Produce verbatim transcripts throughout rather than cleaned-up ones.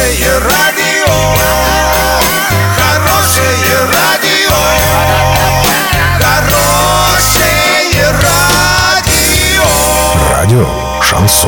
Хорошее радио, хорошее радио, хорошее радио. Радио «Шансон».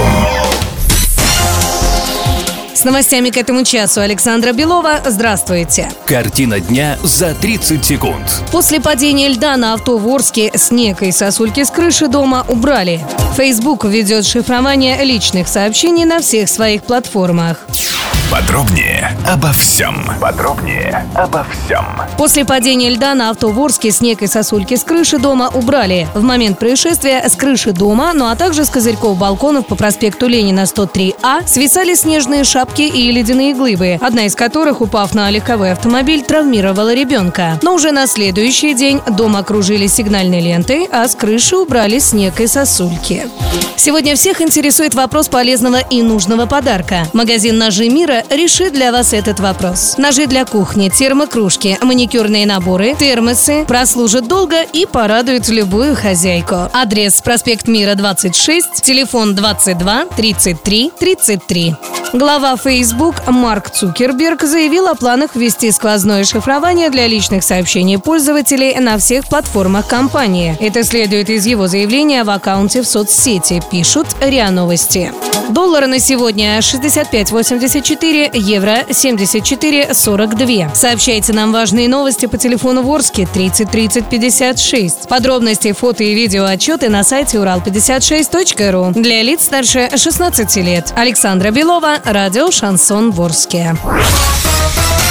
С новостями к этому часу Александра Белова. Здравствуйте. Картина дня за тридцать секунд. После падения льда на авто в Орске снег и сосульки с крыши дома убрали. Facebook ведет шифрование личных сообщений на всех своих платформах. Подробнее обо всем. Подробнее обо всем. После падения льда на авто в Орске снег и сосульки с крыши дома убрали. В момент происшествия с крыши дома, ну а также с козырьков балконов по проспекту Ленина сто три А свисали снежные шапки и ледяные глыбы, одна из которых, упав на легковой автомобиль, травмировала ребенка. Но уже на следующий день дом окружили сигнальной лентой, а с крыши убрали снег и сосульки. Сегодня всех интересует вопрос полезного и нужного подарка. Магазин «Ножи Мира» решит для вас этот вопрос. Ножи для кухни, термокружки, маникюрные наборы, термосы прослужат долго и порадуют любую хозяйку. Адрес: проспект Мира, двадцать шесть, телефон двадцать два тридцать три тридцать три. Глава Facebook Марк Цукерберг заявил о планах ввести сквозное шифрование для личных сообщений пользователей на всех платформах компании. Это следует из его заявления в аккаунте в соцсети, пишут РИА Новости. Доллар на сегодня шестьдесят пять восемьдесят четыре, евро семьдесят четыре сорок два. Сообщайте нам важные новости по телефону в Орске тридцать тридцать пятьдесят шесть. Подробности, фото и видео отчеты на сайте урал пятьдесят шесть точка ру. Для лиц старше шестнадцати лет. Александра Белова, радио «Шансон» в Орске.